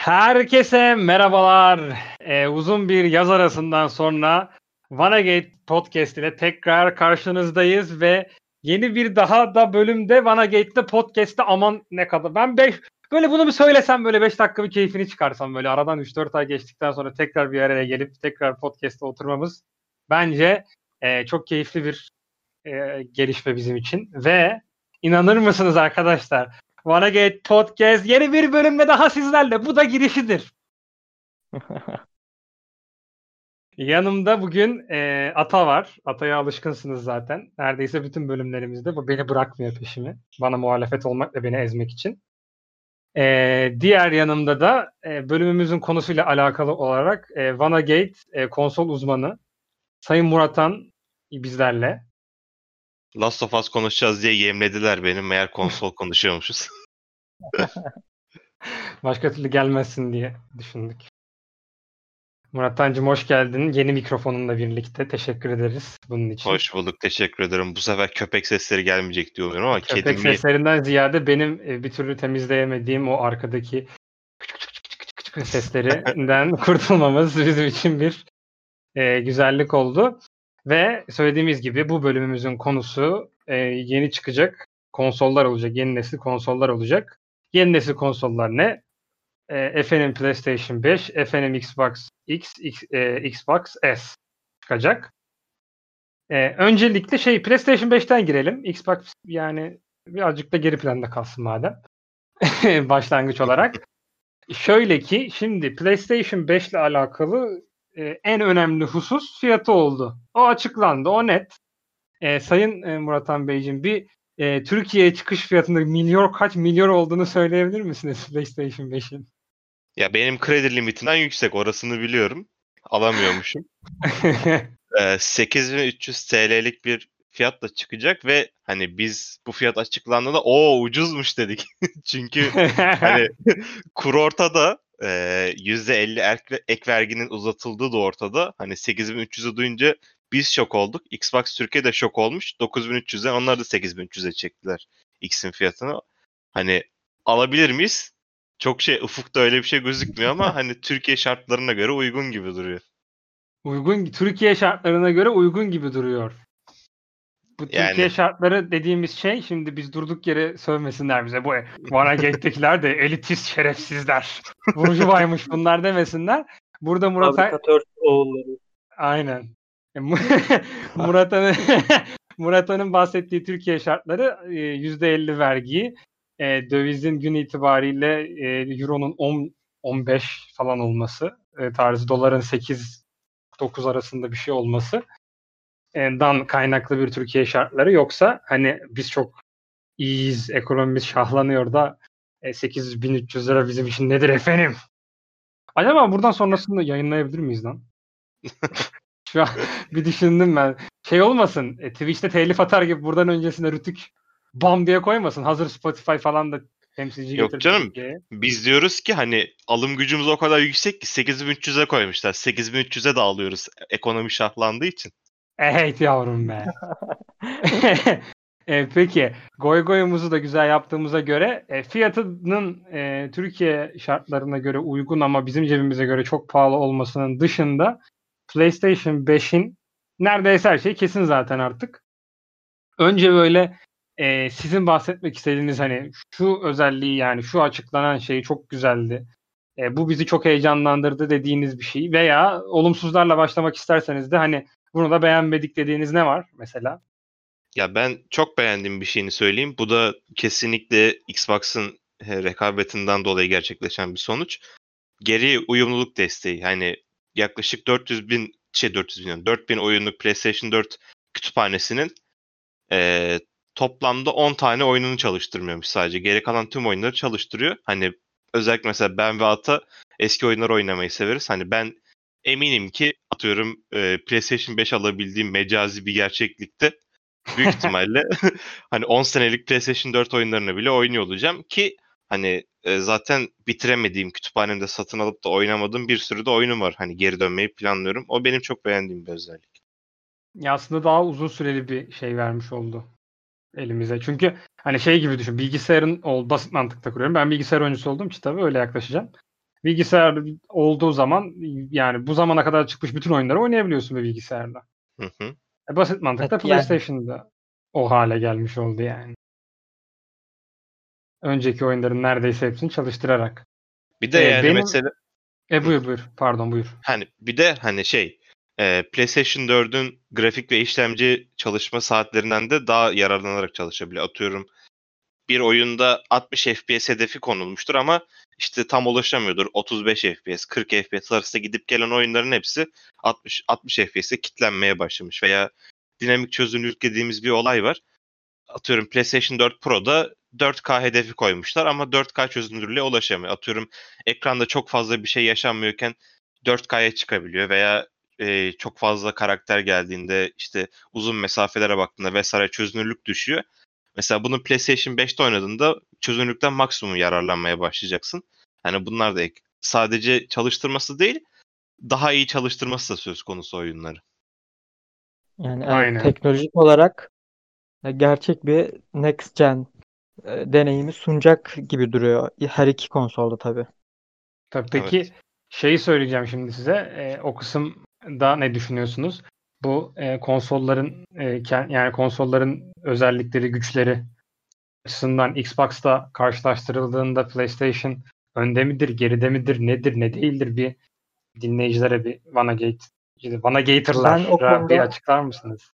Herkese merhabalar. Uzun bir yaz arasından sonra Vanagate Podcast ile tekrar karşınızdayız ve yeni bir daha da bölümde Vanagate'de podcast'te aman ne kadar. Böyle bunu bir söylesem böyle 5 dakika bir keyfini çıkarsam böyle aradan 3-4 ay geçtikten sonra tekrar bir araya gelip tekrar podcast'te oturmamız bence çok keyifli bir gelişme bizim için ve inanır mısınız arkadaşlar? Vanagate Podcast yeni bir bölümde daha sizlerle. Bu da girişidir. Yanımda bugün Ata var. Ata'ya alışkınsınız zaten. Neredeyse bütün bölümlerimizde bu beni bırakmıyor peşimi. Bana muhalefet olmakla beni ezmek için. Diğer yanımda da bölümümüzün konusuyla alakalı olarak Vanagate konsol uzmanı Sayın Muratan bizlerle. Last of Us konuşacağız diye yemlediler beni. Meğer konsol konuşuyormuşuz. Başka türlü gelmezsin diye düşündük. Muratancığım hoş geldin. Yeni mikrofonunla birlikte. Teşekkür ederiz bunun için. Hoş bulduk. Teşekkür ederim. Bu sefer köpek sesleri gelmeyecek diyorum ama Köpek seslerinden ziyade benim bir türlü temizleyemediğim o arkadaki küçük seslerinden kurtulmamız bizim için bir güzellik oldu. Ve söylediğimiz gibi bu bölümümüzün konusu yeni çıkacak konsollar olacak. Yeni nesil konsollar olacak. Yeni nesil konsollar ne? Efendim PlayStation 5, efendim Xbox X, Xbox S çıkacak. Öncelikle PlayStation 5'ten girelim. Xbox yani birazcık da geri planda kalsın madem. Başlangıç olarak. Şöyle ki şimdi PlayStation 5 ile alakalı en önemli husus fiyatı oldu. O açıklandı. O net. Sayın Muratan Beyciğim bir Türkiye'ye çıkış fiyatında kaç milyon olduğunu söyleyebilir misiniz PlayStation 5'in? Ya benim kredi limitinden yüksek. Orasını biliyorum. Alamıyormuşum. 8.300 TL'lik bir fiyatla çıkacak ve hani biz bu fiyat açıklandığında ucuzmuş dedik. Çünkü hani kur ortada, %50 ek verginin uzatıldığı da ortada. Hani 8.300'ü duyunca biz şok olduk. Xbox Türkiye de şok olmuş. 9.300'den onlar da 8.300'e çektiler X'in fiyatını. Hani alabilir miyiz? Çok ufukta öyle bir şey gözükmüyor ama hani Türkiye şartlarına göre uygun gibi duruyor. Türkiye şartlarına göre uygun gibi duruyor. Bu Yani Türkiye şartları dediğimiz şey şimdi biz durduk yere sövmesinler bize. Bu Vanagate'dekiler de elitist şerefsizler. Burjuvaymış bunlar demesinler. Burada Fabrikatör oğulları. Aynen. Murat'ın Murat'ın bahsettiği Türkiye şartları %50 vergiyi dövizin gün itibariyle Euro'nun 10-15 falan olması tarzı doların 8-9 arasında bir şey olması dan kaynaklı bir Türkiye şartları, yoksa hani biz çok iyiyiz, ekonomimiz şahlanıyor da 8.300 lira bizim için nedir efendim? Acaba buradan sonrasında yayınlayabilir miyiz lan? Şu an bir düşündüm ben. Olmasın, Twitch'te telif atar gibi buradan öncesine Rütük bam diye koymasın. Hazır Spotify falan da temsilci yok getirdi canım. Türkiye'ye. Biz diyoruz ki hani alım gücümüz o kadar yüksek ki 8.300'e koymuşlar. 8.300'e de alıyoruz ekonomi şahlandığı için. Evet yavrum be. Peki goy goyumuzu da güzel yaptığımıza göre fiyatının Türkiye şartlarına göre uygun ama bizim cebimize göre çok pahalı olmasının dışında PlayStation 5'in neredeyse her şey kesin zaten artık. Önce böyle sizin bahsetmek istediğiniz hani şu özelliği, yani şu açıklanan şey çok güzeldi. Bu bizi çok heyecanlandırdı dediğiniz bir şey veya olumsuzlarla başlamak isterseniz de hani bunu da beğenmedik dediğiniz ne var mesela? Ya ben çok beğendiğim bir şeyini söyleyeyim. Bu da kesinlikle Xbox'ın rekabetinden dolayı gerçekleşen bir sonuç. Geri uyumluluk desteği. Hani yaklaşık 400 bin oyunluk PlayStation 4 kütüphanesinin toplamda 10 tane oyununu çalıştırmıyormuş sadece. Geri kalan tüm oyunları çalıştırıyor. Hani özellikle mesela ben ve Ata eski oyunları oynamayı severiz. Hani ben eminim ki atıyorum PlayStation 5 alabildiğim mecazi bir gerçeklikte büyük ihtimalle hani 10 senelik PlayStation 4 oyunlarını bile oynuyor olacağım ki hani zaten bitiremediğim, kütüphanemde satın alıp da oynamadığım bir sürü de oyunum var. Hani geri dönmeyi planlıyorum. O benim çok beğendiğim bir özellik. Ya aslında daha uzun süreli bir şey vermiş oldu elimize. Çünkü hani gibi düşün. Basit mantıkta kuruyorum. Ben bilgisayar oyuncusu olduğum için tabii öyle yaklaşacağım. bilgisayar olduğu zaman yani bu zamana kadar çıkmış bütün oyunları oynayabiliyorsun bir bilgisayarla. Hı hı. Basit mantıkla Evet, yani PlayStation'da o hale gelmiş oldu yani. Önceki oyunların neredeyse hepsini çalıştırarak. Bir de yani Benim mesela buyur. Pardon buyur. hani bir de hani PlayStation 4'ün grafik ve işlemci çalışma saatlerinden de daha yararlanarak çalışabiliyor. Atıyorum bir oyunda 60 FPS hedefi konulmuştur ama işte tam ulaşamıyordur. 35 FPS, 40 FPS arasında gidip gelen oyunların hepsi 60 FPS'e kilitlenmeye başlamış veya dinamik çözünürlük dediğimiz bir olay var. Atıyorum PlayStation 4 Pro'da 4K hedefi koymuşlar ama 4K çözünürlüğe ulaşamıyor. Atıyorum ekranda çok fazla bir şey yaşanmıyorken 4K'ya çıkabiliyor veya çok fazla karakter geldiğinde işte uzun mesafelere baktığında vesaire çözünürlük düşüyor. Mesela bunu PlayStation 5'te oynadığında çözünürlükten maksimum yararlanmaya başlayacaksın. Hani bunlar da sadece çalıştırması değil, daha iyi çalıştırması da söz konusu oyunları. yani evet, Aynen. teknolojik olarak gerçek bir next gen deneyimi sunacak gibi duruyor. Her iki konsolda tabii. Tabii Evet. peki şeyi söyleyeceğim şimdi size. O kısımda ne düşünüyorsunuz? Bu konsolların yani konsolların özellikleri, güçleri açısından Xbox'ta karşılaştırıldığında PlayStation önde midir, geride midir, nedir, ne değildir bir dinleyicilere bir Ben o Vanagator'lara bir konuda açıklar mısınız?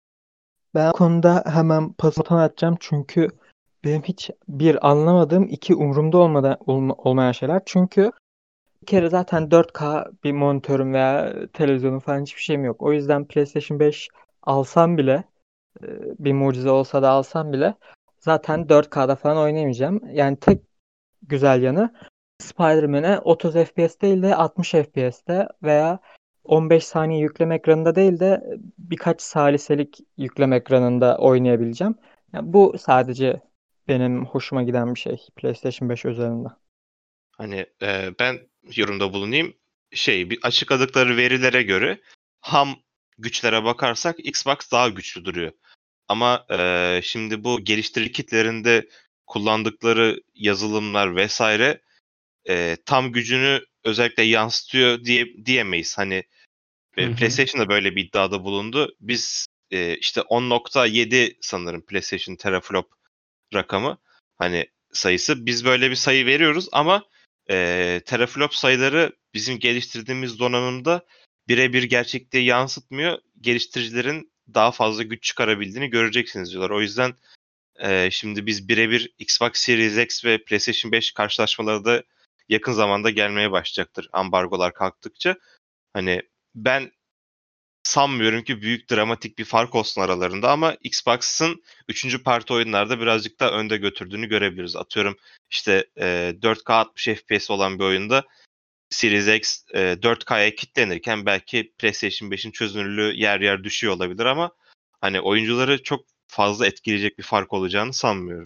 hemen pasaport atacağım çünkü benim hiç bir anlamadığım, iki umurumda olmayan şeyler. Çünkü bir kere zaten 4K bir monitörüm veya televizyonum falan hiçbir şeyim yok. O yüzden PlayStation 5 alsam bile, bir mucize olsa da alsam bile zaten 4K'da falan oynayamayacağım. Yani tek güzel yanı Spider-Man'e 30 FPS değil de 60 FPS'te veya 15 saniye yükleme ekranında değil de birkaç saliselik yükleme ekranında oynayabileceğim. Yani bu sadece benim hoşuma giden bir şey PlayStation 5 özelinde. Hani ben yorumda bulunayım. Bir açıkladıkları verilere göre ham güçlere bakarsak Xbox daha güçlü duruyor. Ama şimdi bu geliştirici kitlerinde kullandıkları yazılımlar vesaire tam gücünü özellikle yansıtıyor diyemeyiz. Hani Hı hı. PlayStation da böyle bir iddiada bulundu. Biz işte 10.7 sanırım PlayStation teraflop rakamı hani sayısı. Biz böyle bir sayı veriyoruz ama teraflop sayıları bizim geliştirdiğimiz donanımda birebir gerçekliği yansıtmıyor. Geliştiricilerin daha fazla güç çıkarabildiğini göreceksiniz diyorlar. O yüzden şimdi biz birebir Xbox Series X ve PlayStation 5 karşılaşmaları da yakın zamanda gelmeye başlayacaktır ambargolar kalktıkça. Hani ben sanmıyorum ki büyük dramatik bir fark olsun aralarında ama Xbox'ın 3. parti oyunlarda birazcık daha önde götürdüğünü görebiliriz. Atıyorum işte 4K 60 FPS olan bir oyunda Series X 4K'ya kilitlenirken belki PlayStation 5'in çözünürlüğü yer yer düşüyor olabilir ama hani oyuncuları çok fazla etkileyecek bir fark olacağını sanmıyorum.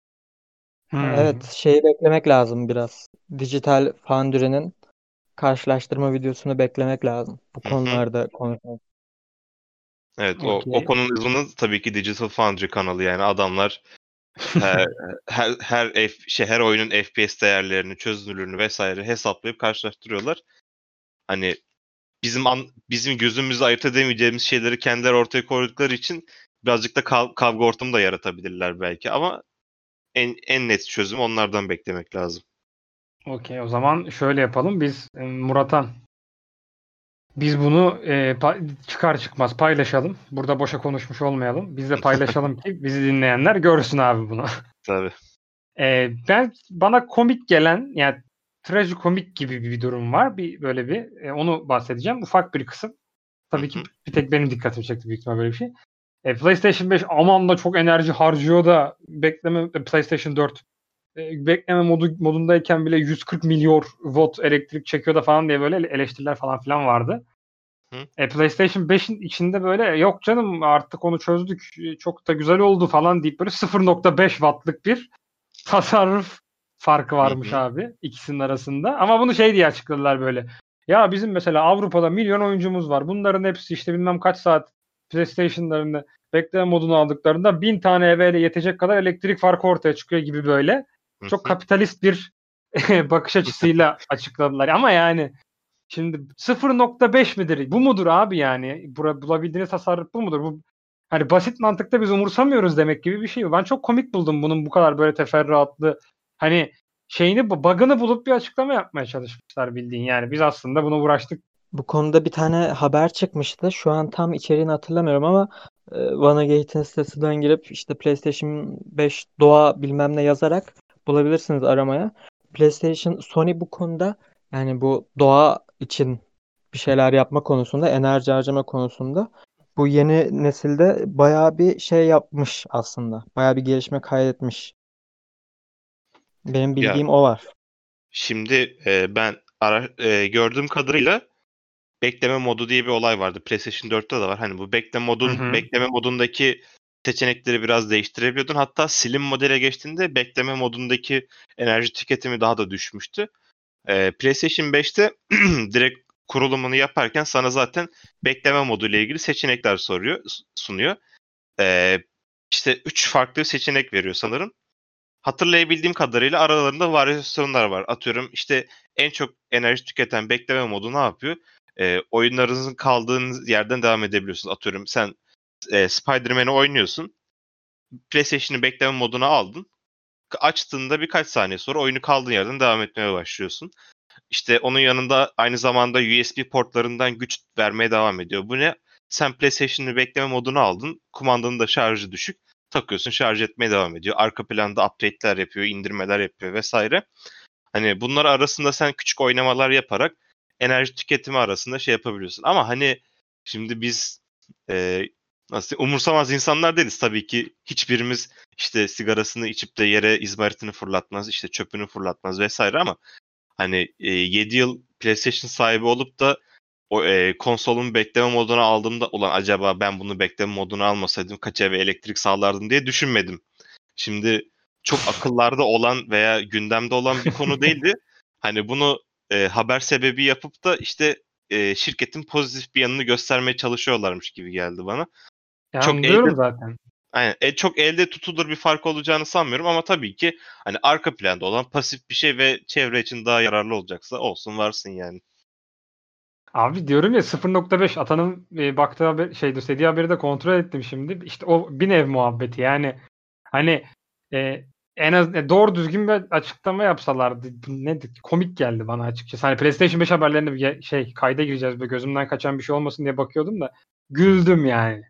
Evet, şeyi beklemek lazım biraz. Digital Foundry'nin karşılaştırma videosunu beklemek lazım. Bu Hı hı. konularda konuşmak. Evet, o Okey. konunun uzmanı tabii ki Digital Foundry kanalı, yani adamlar her her oyunun FPS değerlerini, çözünürlüğünü vesaire hesaplayıp karşılaştırıyorlar. Hani bizim gözümüzle ayırt edemeyeceğimiz şeyleri kendileri ortaya koydukları için birazcık da kavga ortamı da yaratabilirler belki ama en net çözüm onlardan beklemek lazım. Okey, o zaman şöyle yapalım. Biz Murat'an biz bunu çıkar çıkmaz paylaşalım. Burada boşa konuşmuş olmayalım. Biz de paylaşalım ki bizi dinleyenler görsün abi bunu. Tabii. Bana komik gelen yani trajikomik gibi bir durum var. Böyle bir onu bahsedeceğim. Ufak bir kısım. Hı Tabii ki hı. bir tek benim dikkatimi çekti büyük ihtimal böyle bir şey. PlayStation 5 aman da çok enerji harcıyor da PlayStation 4 bekleme modundayken bile 140 milyon watt elektrik çekiyor da falan diye böyle eleştiriler falan filan vardı. Hı. PlayStation 5'in içinde böyle yok canım artık onu çözdük çok da güzel oldu falan deyip böyle 0.5 wattlık bir tasarruf farkı Hı varmış hı. abi ikisinin arasında. Ama bunu şey diye açıkladılar böyle. Ya bizim mesela Avrupa'da milyon oyuncumuz var. Bunların hepsi işte bilmem kaç saat PlayStation'larını bekleme modunu aldıklarında 1000 tane eve yetecek kadar elektrik farkı ortaya çıkıyor gibi böyle. Hı Çok hı. kapitalist bir bakış açısıyla açıkladılar. Ama yani şimdi 0.5 midir? Bu mudur abi yani? Bulabildiğiniz tasarruf bu mudur? Bu hani basit mantıkta biz umursamıyoruz demek gibi bir şey. Ben çok komik buldum bunun bu kadar böyle teferruatlı hani bug'ını bulup bir açıklama yapmaya çalışmışlar bildiğin. Yani biz aslında buna uğraştık. Bu konuda bir tane haber çıkmıştı. Şu an tam içeriğini hatırlamıyorum ama Vanagate'in sitesinden girip işte PlayStation 5 doğa bilmem ne yazarak bulabilirsiniz aramaya. Sony bu konuda yani bu doğa için bir şeyler yapma konusunda, enerji harcama konusunda bu yeni nesilde bayağı bir şey yapmış aslında. Bayağı bir gelişme kaydetmiş. Benim Ya bildiğim o var. şimdi ben gördüğüm kadarıyla bekleme modu diye bir olay vardı. PlayStation 4'te de var. Hani bu Hı hı. bekleme modundaki seçenekleri biraz değiştirebiliyordun. Hatta slim modele geçtiğinde bekleme modundaki enerji tüketimi daha da düşmüştü. PlayStation 5'te direkt kurulumunu yaparken sana zaten bekleme modu ile ilgili seçenekler sunuyor. Ee, işte 3 farklı seçenek veriyor sanırım. Hatırlayabildiğim kadarıyla aralarında varyasyonlar var. Atıyorum işte en çok enerji tüketen bekleme modu ne yapıyor? Oyunlarınızın kaldığınız yerden devam edebiliyorsunuz. Atıyorum sen Spider-Man'i oynuyorsun. PlayStation'ın bekleme moduna aldın. Açtığında birkaç saniye sonra oyunu kaldığın yerden devam etmeye başlıyorsun. İşte onun yanında aynı zamanda USB portlarından güç vermeye devam ediyor. Bu ne? Sen PlayStation'ın bekleme modunu aldın. Kumandanın da şarjı düşük. Takıyorsun, şarj etmeye devam ediyor. Arka planda update'ler yapıyor, indirmeler yapıyor vesaire. Hani bunlar arasında sen küçük oynamalar yaparak enerji tüketimi arasında şey yapabiliyorsun. Ama hani şimdi biz e, nasıl umursamaz insanlar değiliz. Tabii ki hiçbirimiz işte sigarasını içip de yere izmaritini fırlatmaz, işte çöpünü fırlatmaz vesaire ama hani 7 yıl PlayStation sahibi olup da o konsolun bekleme moduna aldığımda ulan acaba ben bunu bekleme moduna almasaydım kaç eve elektrik sağlardım diye düşünmedim. Şimdi çok akıllarda olan veya gündemde olan bir konu değildi. Hani bunu haber sebebi yapıp da işte şirketin pozitif bir yanını göstermeye çalışıyorlarmış gibi geldi bana. Ya Çok elde anlıyorum zaten. Aynen. Çok elde tutulur bir fark olacağını sanmıyorum ama tabii ki hani arka planda olan pasif bir şey ve çevre için daha yararlı olacaksa olsun varsın yani. Abi diyorum ya 0.5 Atan'ın baktığı istediği haberi de kontrol ettim şimdi. İşte o bir ev muhabbeti yani hani e, en az doğru düzgün bir açıklama yapsalardı komik geldi bana açıkçası. Hani PlayStation 5 haberlerinde kayda gireceğiz ve gözümden kaçan bir şey olmasın diye bakıyordum da güldüm yani.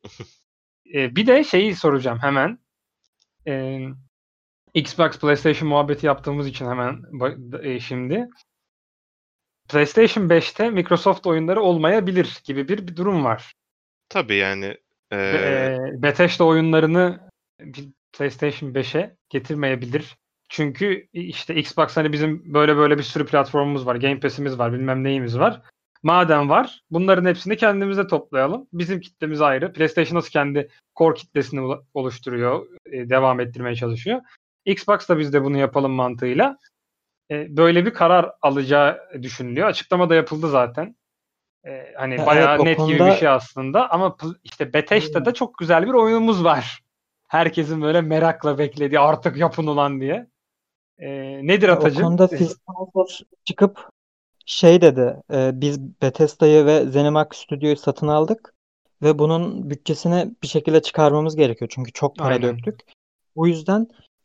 Bir de şeyi soracağım hemen. E, Xbox PlayStation muhabbeti yaptığımız için hemen şimdi. PlayStation 5'te Microsoft oyunları olmayabilir gibi bir durum var. Tabii yani e, Bethesda oyunlarını PlayStation 5'e getirmeyebilir. Çünkü işte Xbox hani bizim böyle bir sürü platformumuz var. Game Pass'imiz var, bilmem neyimiz var. Madem var, bunların hepsini kendimize toplayalım. Bizim kitlemiz ayrı. PlayStation nasıl kendi core kitlesini oluşturuyor, devam ettirmeye çalışıyor. Xbox da biz de bunu yapalım mantığıyla böyle bir karar alacağı düşünülüyor. Açıklama da yapıldı zaten. Hani Ya evet, bayağı o net gibi bir konuda şey aslında ama işte Bethesda'da çok güzel bir oyunumuz var. Herkesin böyle merakla beklediği artık yapın ulan diye. Nedir o Atacığım? konuda Phil Spencer çıkıp şey dedi, biz Bethesda'yı ve ZeniMax Studio'yu satın aldık ve bunun bütçesini bir şekilde çıkarmamız gerekiyor. Çünkü çok para Aynen. döktük. Bu yüzden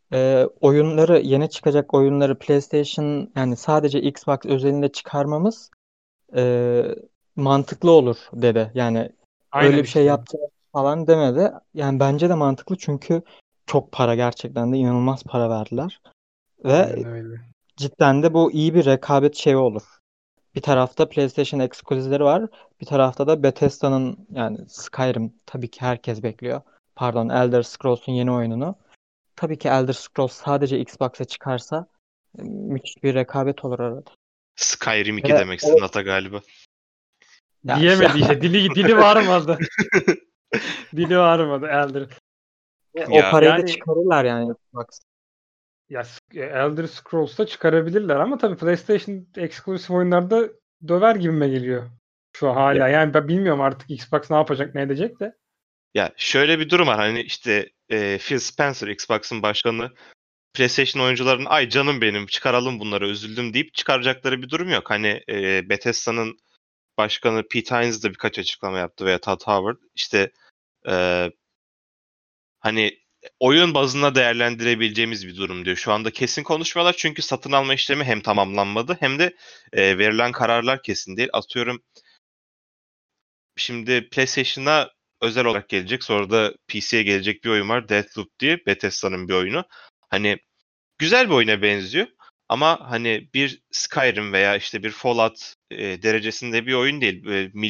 yeni çıkacak oyunları PlayStation yani sadece Xbox özelinde çıkarmamız e, mantıklı olur dedi. Yani öyle Aynen bir şey işte. yapacağız falan demedi. Yani bence de mantıklı çünkü çok para, gerçekten de inanılmaz para verdiler. Aynen Ve öyle. cidden de bu iyi bir rekabet şeyi olur. Bir tarafta PlayStation ekskluzivleri var. Bir tarafta da Bethesda'nın yani Skyrim tabii ki herkes bekliyor. Pardon, Elder Scrolls'un yeni oyununu. Tabii ki Elder Scrolls sadece Xbox'a çıkarsa müthiş bir rekabet olur arada. Skyrim 2 Ve demek istedin Ata galiba. ya şey, Diyemedi işte. Dili varmadı. Dili varmadı Elder. o Ya parayı da Yani çıkarırlar yani Xbox. Elder Scrolls'ta çıkarabilirler ama tabii PlayStation eksklusif oyunlarda döver gibime geliyor. Şu an ya hala. Yani ben bilmiyorum artık Xbox ne yapacak ne edecek de. ya şöyle bir durum var hani işte Phil Spencer Xbox'ın başkanı PlayStation oyuncuların ay canım benim çıkaralım bunları üzüldüm deyip çıkaracakları bir durum yok. Hani Bethesda'nın başkanı Pete Hines de birkaç açıklama yaptı veya Todd Howard. İşte e, hani oyun bazında değerlendirebileceğimiz bir durum diyor. Şu anda kesin konuşmuyorlar çünkü satın alma işlemi hem tamamlanmadı hem de verilen kararlar kesin değil. Atıyorum şimdi PlayStation'a özel olarak gelecek. Sonra da PC'ye gelecek bir oyun var. Deathloop diye Bethesda'nın bir oyunu. Hani güzel bir oyuna benziyor. Ama hani bir Skyrim veya işte bir Fallout derecesinde bir oyun değil.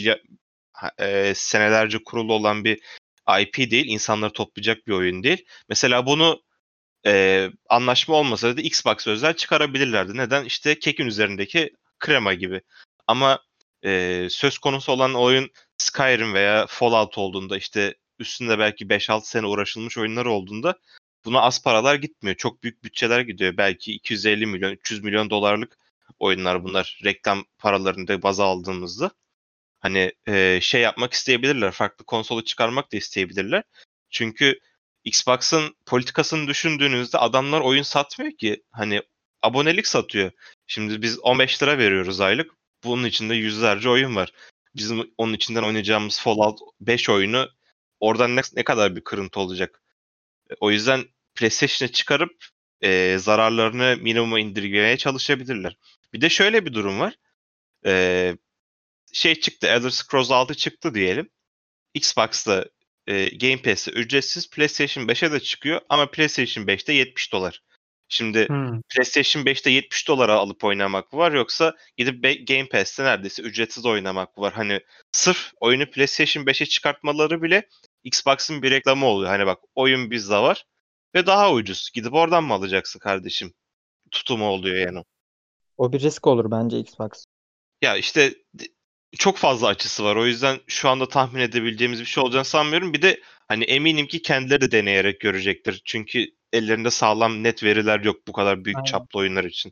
Senelerce kurulu olan bir IP değil. İnsanları toplayacak bir oyun değil. Mesela bunu anlaşma olmasa da Xbox özel çıkarabilirlerdi. Neden? İşte kekin üzerindeki krema gibi. Ama söz konusu olan oyun Skyrim veya Fallout olduğunda işte üstünde belki 5-6 sene uğraşılmış oyunlar olduğunda buna az paralar gitmiyor. Çok büyük bütçeler gidiyor. Belki 250 milyon, 300 milyon dolarlık oyunlar bunlar reklam paralarını da baza aldığımızda. Hani şey yapmak isteyebilirler. Farklı konsolu çıkarmak da isteyebilirler. Çünkü Xbox'ın politikasını düşündüğünüzde adamlar oyun satmıyor ki. Hani abonelik satıyor. Şimdi biz 15 lira veriyoruz aylık. Bunun içinde yüzlerce oyun var. Bizim onun içinden oynayacağımız Fallout 5 oyunu oradan ne kadar bir kırıntı olacak. O yüzden PlayStation'a çıkarıp zararlarını minimuma indirgemeye çalışabilirler. Bir de şöyle bir durum var. E, Şey çıktı, Elder Scrolls 6 çıktı diyelim. Xbox'ta Game Pass'te ücretsiz, PlayStation 5'e de çıkıyor ama PlayStation 5'te $70. Şimdi Hmm. PlayStation 5'te $70 alıp oynamak mı var yoksa gidip Game Pass'te neredeyse ücretsiz oynamak mı var? Hani sırf oyunu PlayStation 5'e çıkartmaları bile Xbox'ın bir reklamı oluyor. Hani bak oyun bizde var ve daha ucuz. Gidip oradan mı alacaksın kardeşim? Tutumu oluyor yani. O bir risk olur bence Xbox. Ya işte çok fazla açısı var. O yüzden şu anda tahmin edebileceğimiz bir şey olacağını sanmıyorum. Bir de hani eminim ki kendileri de deneyerek görecektir. Çünkü ellerinde sağlam net veriler yok bu kadar büyük Aynen. çaplı oyunlar için.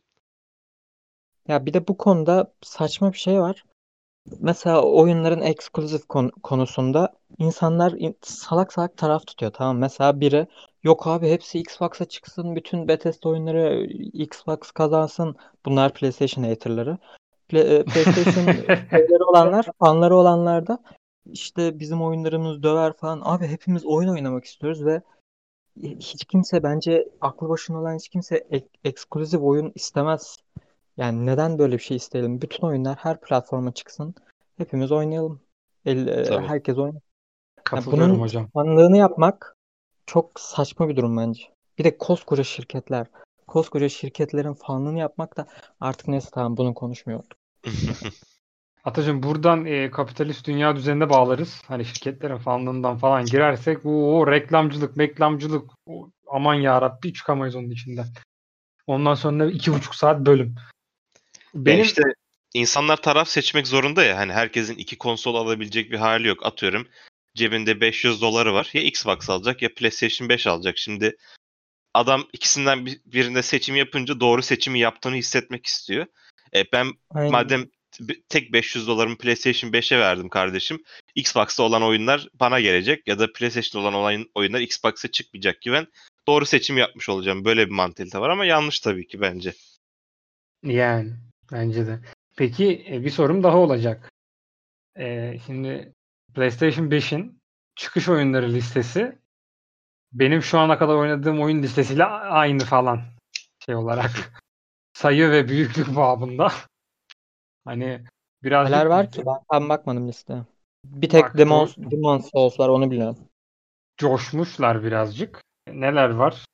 Ya bir de bu konuda saçma bir şey var. Mesela oyunların eksklusif konusunda insanlar salak salak taraf tutuyor, tamam. Mesela biri yok abi hepsi Xbox'a çıksın, bütün Bethesda oyunları Xbox kazansın. Bunlar PlayStation haterları. PlayStation şeyleri olanlar, fanları olanlar da işte bizim oyunlarımız döver falan. Abi hepimiz oyun oynamak istiyoruz ve hiç kimse, bence aklı başında olan hiç kimse eksklusif oyun istemez. Yani neden böyle bir şey isteyelim? Bütün oyunlar her platforma çıksın. Hepimiz oynayalım. Tabii. Herkes oynasın. Ya Katılıyorum bunun hocam. fanlığını yapmak çok saçma bir durum bence. Bir de koskoca şirketlerin fanlığını yapmak da artık, neyse tamam, bunu konuşmuyorum. Atacığım buradan kapitalist dünya düzenine bağlarız. Hani şirketlerin fanlığından falan girersek o reklamcılık, aman yarabbi çıkamayız onun içinden. Ondan sonra 2,5 saat bölüm. Yani Benim işte insanlar taraf seçmek zorunda ya. Hani herkesin iki konsol alabilecek bir hali yok. Atıyorum cebinde $500 var. Ya Xbox alacak ya PlayStation 5 alacak. Şimdi adam ikisinden birinde seçim yapınca doğru seçimi yaptığını hissetmek istiyor. Ben Aynen. madem tek $500 PlayStation 5'e verdim kardeşim. Xbox'ta olan oyunlar bana gelecek ya da PlayStation'da olan oyunlar Xbox'a çıkmayacak ki ben doğru seçim yapmış olacağım. Böyle bir mantalite var ama yanlış tabii ki bence. yani bence de. Peki bir sorum daha olacak. Şimdi PlayStation 5'in çıkış oyunları listesi benim şu ana kadar oynadığım oyun listesiyle aynı falan şey olarak. Sayı ve büyüklük babında. Hani Neler birazcık var ki? Ben bakmadım listeye. Bir tek bak Demon's Souls var, onu biliyorum. coşmuşlar birazcık. Neler var?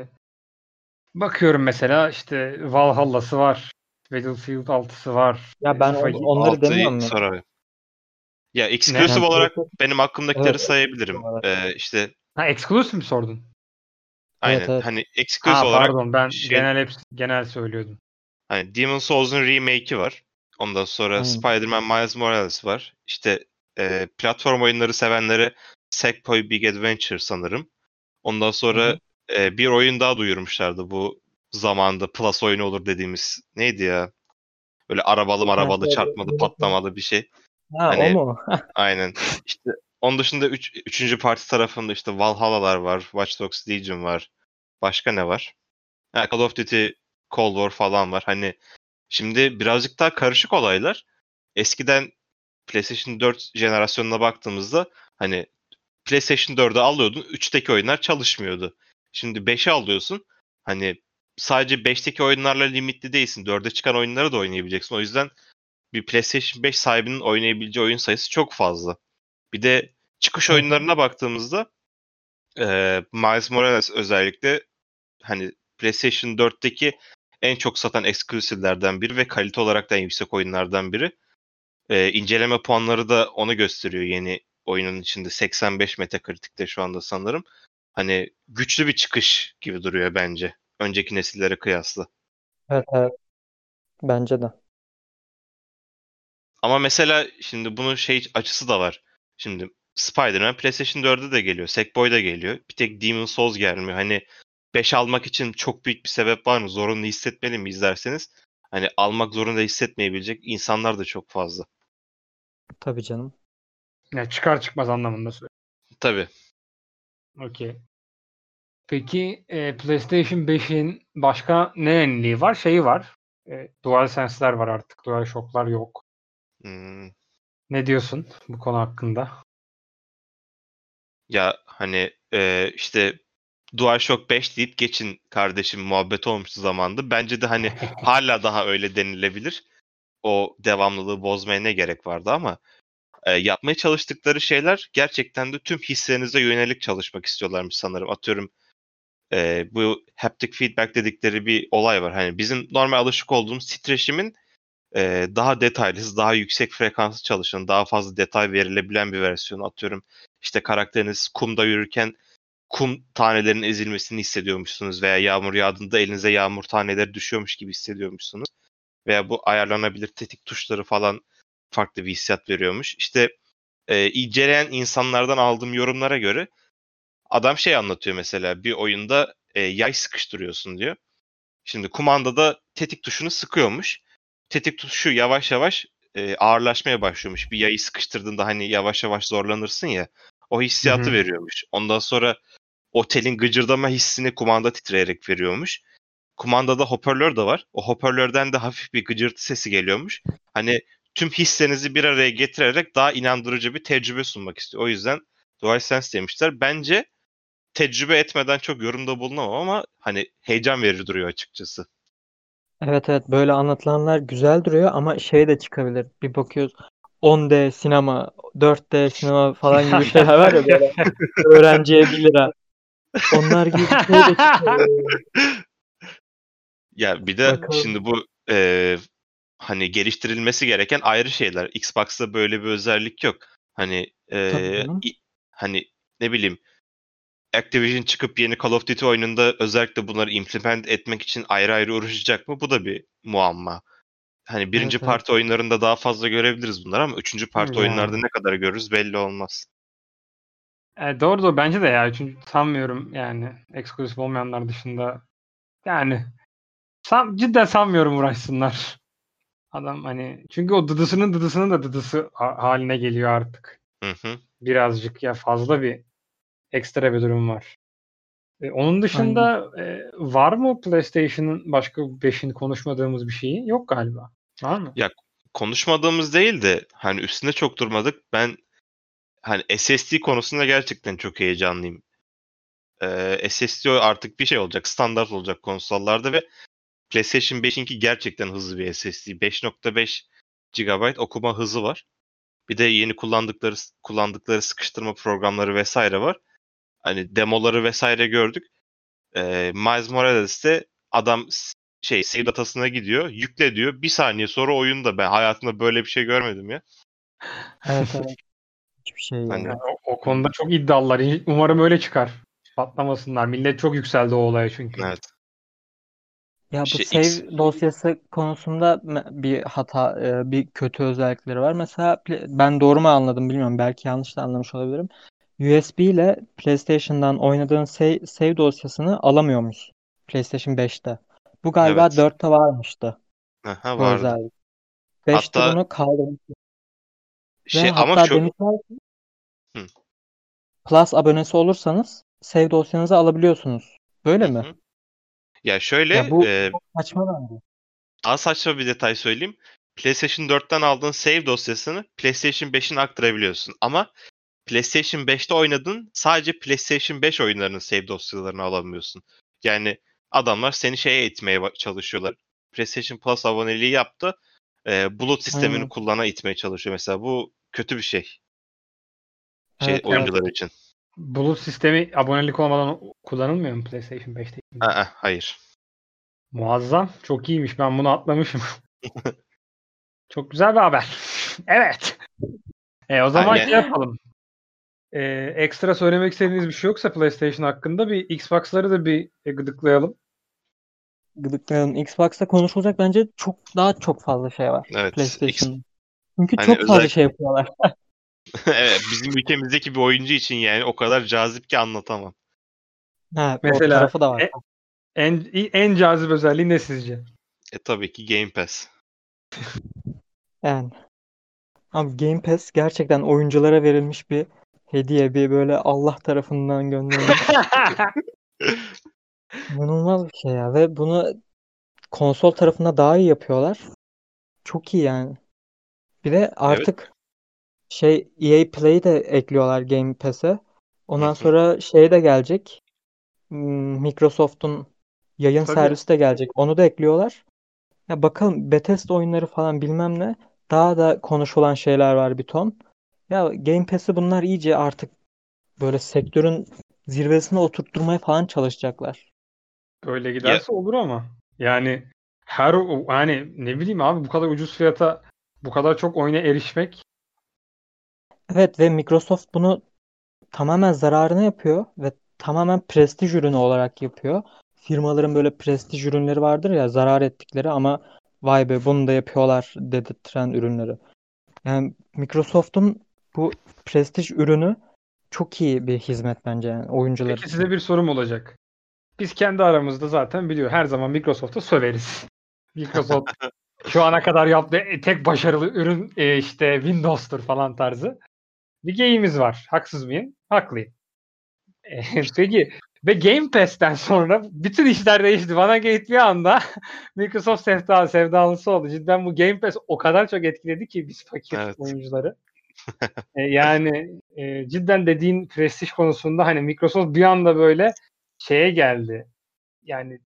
Bakıyorum mesela işte Valhalla'sı var. Battlefield 6'sı var. Ya ben FIFA onları 6'yı demiyorum ya. sonra. Ya ne? exclusive Yani olarak PlayStation, benim aklımdakileri evet, sayabilirim. olarak. İşte Ha, exclusive mi sordun? aynen Evet. hani exclusive Ha olarak pardon, ben şey genel söylüyordum. hani Demon's Souls'un remake'i var. Ondan sonra Aynen. Spider-Man Miles Morales var. İşte platform oyunları sevenlere Sackboy Big Adventure sanırım. Ondan Hı sonra hı. bir oyun daha duyurmuşlardı bu zamanda Plus oyunu olur dediğimiz. Neydi ya? Böyle Ha, arabalı şey, çarpmalı patlamalı bir şey. ha, o Hani mu? aynen. İşte onun dışında üçüncü parti tarafında işte Valhalla'lar var. Watch Dogs Legion var. Başka ne var? Ha, Call of Duty, Cold War falan var. Hani şimdi birazcık daha karışık olaylar. Eskiden PlayStation 4 jenerasyonuna baktığımızda hani PlayStation 4'ü alıyordun, 3'teki oyunlar çalışmıyordu. Şimdi 5'i alıyorsun. Hani sadece 5'teki oyunlarla limitli değilsin. 4'e çıkan oyunları da oynayabileceksin. O yüzden bir PlayStation 5 sahibinin oynayabileceği oyun sayısı çok fazla. Bir de çıkış Evet. oyunlarına baktığımızda Miles Morales özellikle hani PlayStation 4'teki en çok satan exclusive'lerden biri ve kalite olarak da en yüksek oyunlardan biri. İnceleme puanları da onu gösteriyor yeni oyunun içinde. 85 Metacritic'te şu anda sanırım. Hani güçlü bir çıkış gibi duruyor bence. Önceki nesillere kıyasla. Evet, evet. Bence de. Ama mesela şimdi bunun şey açısı da var. Şimdi Spider-Man PlayStation 4'e de geliyor. Sackboy da geliyor. Bir tek Demon's Souls gelmiyor. Hani 5 almak için çok büyük bir sebep var mı? Zorunlu hissetmeli mi izlerseniz? Hani almak zorunda hissetmeyebilecek insanlar da çok fazla. Tabii canım. Yani çıkar çıkmaz anlamında söylüyorum. Tabii. Okey. Peki PlayStation 5'in başka ne yeniliği var? Şeyi var. DualSense'ler var artık. DualShock'lar yok. Hmm. Ne diyorsun bu konu hakkında? Ya hani işte DualShock 5 deyip geçin kardeşim muhabbeti olmuştu zamanında. Bence de hani hala daha öyle denilebilir. O devamlılığı bozmaya ne gerek vardı ama yapmaya çalıştıkları şeyler gerçekten de tüm hislerinize yönelik çalışmak istiyorlarmış sanırım. Atıyorum bu haptic feedback dedikleri bir olay var. Hani bizim normal alışık olduğumuz titreşimin daha detaylı, daha yüksek frekanslı çalışan, daha fazla detay verilebilen bir versiyonu. Atıyorum işte karakteriniz kumda yürürken kum tanelerinin ezilmesini hissediyormuşsunuz veya yağmur yağdığında elinize yağmur taneleri düşüyormuş gibi hissediyormuşsunuz. Veya bu ayarlanabilir tetik tuşları falan farklı bir hissiyat veriyormuş. İşte inceleyen insanlardan aldığım yorumlara göre adam şey anlatıyor mesela bir oyunda yay sıkıştırıyorsun diyor. Şimdi kumandada tetik tuşunu sıkıyormuş. Tetik tuşu yavaş yavaş ağırlaşmaya başlıyormuş. Bir yayı sıkıştırdığında hani yavaş yavaş zorlanırsın ya. O Hı hissiyatı hı. veriyormuş. Ondan sonra o telin gıcırdama hissini kumanda titreyerek veriyormuş. Kumandada hoparlör de var. O hoparlörden de hafif bir gıcırtı sesi geliyormuş. Hani tüm hisslerinizi bir araya getirerek daha inandırıcı bir tecrübe sunmak istiyor. O yüzden DualSense demişler. Bence tecrübe etmeden çok yorumda bulunamam ama hani heyecan verici duruyor açıkçası. Evet, evet, böyle anlatılanlar güzel duruyor ama şey de çıkabilir. Bir bakıyoruz 10D sinema, 4D sinema falan gibi şeyler var ya, böyle öğrenciye 1 lira. Onlar gibi bir şey de çıkabilir. Ya bir de Bakalım. şimdi bu hani geliştirilmesi gereken ayrı şeyler. Xbox'ta böyle bir özellik yok. Hani Tabii canım. hani ne bileyim Activision çıkıp yeni Call of Duty oyununda özellikle bunları implement etmek için ayrı ayrı uğraşacak mı? Bu da bir muamma. Hani birinci Evet, evet. parti oyunlarında daha fazla görebiliriz bunları ama üçüncü parti oyunlarda Yani. ne kadar görürüz belli olmaz. Doğru doğru bence de ya. Çünkü sanmıyorum yani eksklusif olmayanlar dışında. Yani cidden sanmıyorum uğraşsınlar. Adam hani çünkü o dıdısının da dıdısı haline geliyor artık. Hı hı. Birazcık ya fazla bir ekstra bir durum var. Onun Aynen. dışında var mı PlayStation'ın başka 5'in konuşmadığımız bir şeyi? Yok galiba. Var mı? Ya konuşmadığımız değil de hani üstünde çok durmadık. Ben hani SSD konusunda gerçekten çok heyecanlıyım. SSD artık bir şey olacak, standart olacak konsollarda ve PlayStation 5'inki gerçekten hızlı bir SSD. 5.5 GB okuma hızı var. Bir de yeni kullandıkları sıkıştırma programları vesaire var. Hani demoları vesaire gördük. Miles Morales'te adam save datasına gidiyor, yükle diyor. Bir saniye sonra oyunda ben hayatımda böyle bir şey görmedim ya. Evet, evet. Hiçbir şey Hani yani. Yani o konuda çok iddialılar. Umarım öyle çıkar. Patlamasınlar. Millet çok yükseldi o olaya çünkü. evet. Ya bu Şey X save dosyası konusunda bir hata, bir kötü özellikleri var. Mesela ben doğru mu anladım bilmiyorum. Belki yanlış da anlamış olabilirim. USB ile PlayStation'dan oynadığın save dosyasını alamıyormuş PlayStation 5'te. Bu galiba evet. 4'te varmıştı Aha, bu vardı. özellik. 5'te Hatta bunu kaldırmış ve şey ama hatta şu demişler hı, Plus abonesi olursanız save dosyanızı alabiliyorsunuz. hı, Böyle mi? hı. Ya şöyle Ya bu çok saçma bence. daha saçma bir detay söyleyeyim. PlayStation 4'ten aldığın save dosyasını PlayStation 5'ine aktarabiliyorsun. Ama PlayStation 5'te oynadın, sadece PlayStation 5 oyunlarının save dosyalarını alamıyorsun. Yani adamlar seni şeye itmeye çalışıyorlar. PlayStation Plus aboneliği yaptı. Bulut sistemini Aynen. kullana itmeye çalışıyor mesela. Bu kötü bir şey. Evet, evet. Oyuncular için. Bulut sistemi abonelik olmadan kullanılmıyor mu PlayStation 5'te? Hayır. Muazzam. Çok iyiymiş. Ben bunu atlamışım. Çok güzel bir haber. Evet. O zaman Yani, şey yapalım. Ekstra söylemek istediğiniz bir şey yoksa PlayStation hakkında bir Xbox'ları da bir gıdıklayalım. Gıdıklayalım. Xbox'ta konuşulacak bence çok fazla şey var evet. PlayStation'da. Çünkü Hani çok fazla şey özellikle yapıyorlar. evet, bizim ülkemizdeki bir oyuncu için yani o kadar cazip ki anlatamam. Ha, o Mesela tarafı da var. en cazip özelliği ne sizce? Tabii ki Game Pass. Yani. Abi Game Pass gerçekten oyunculara verilmiş bir hediye, bir böyle Allah tarafından gönderilmiş inanılmaz bir şey ya, ve bunu konsol tarafında daha iyi yapıyorlar. Çok iyi yani. Bir de Evet. artık EA Play'i de ekliyorlar Game Pass'e. Hı Ondan hı. sonra şey de gelecek. Microsoft'un yayın Tabii. servisi de gelecek. Onu da ekliyorlar. Ya bakalım, Bethesda oyunları falan bilmem ne. Daha da konuşulan şeyler var bir ton. Ya Game Pass'i bunlar iyice artık böyle sektörün zirvesine oturtturmaya falan çalışacaklar. Böyle Ya, giderse olur ama. Yani hani ne bileyim abi, bu kadar ucuz fiyata bu kadar çok oyuna erişmek. Evet, ve Microsoft bunu tamamen zararına yapıyor ve tamamen prestij ürünü olarak yapıyor. Firmaların böyle prestij ürünleri vardır ya, zarar ettikleri ama vay be bunu da yapıyorlar dedirten ürünleri. Yani Microsoft'un bu prestij ürünü çok iyi bir hizmet bence, yani oyuncular Peki size için. bir sorum olacak. Biz kendi aramızda zaten biliyor, her zaman Microsoft'u söveriz. Microsoft şu ana kadar yaptığı tek başarılı ürün işte Windows'tur falan tarzı. Bir geyiğimiz var. Haksız mıyım? Haklıyım. Peki ve Game Pass'ten sonra bütün işler değişti. Bana Gate bir anda Microsoft sevdalısı oldu. Cidden bu Game Pass o kadar çok etkiledi ki biz fakir evet. oyuncuları. Yani cidden dediğin prestij konusunda hani Microsoft bir anda böyle şeye geldi. Yani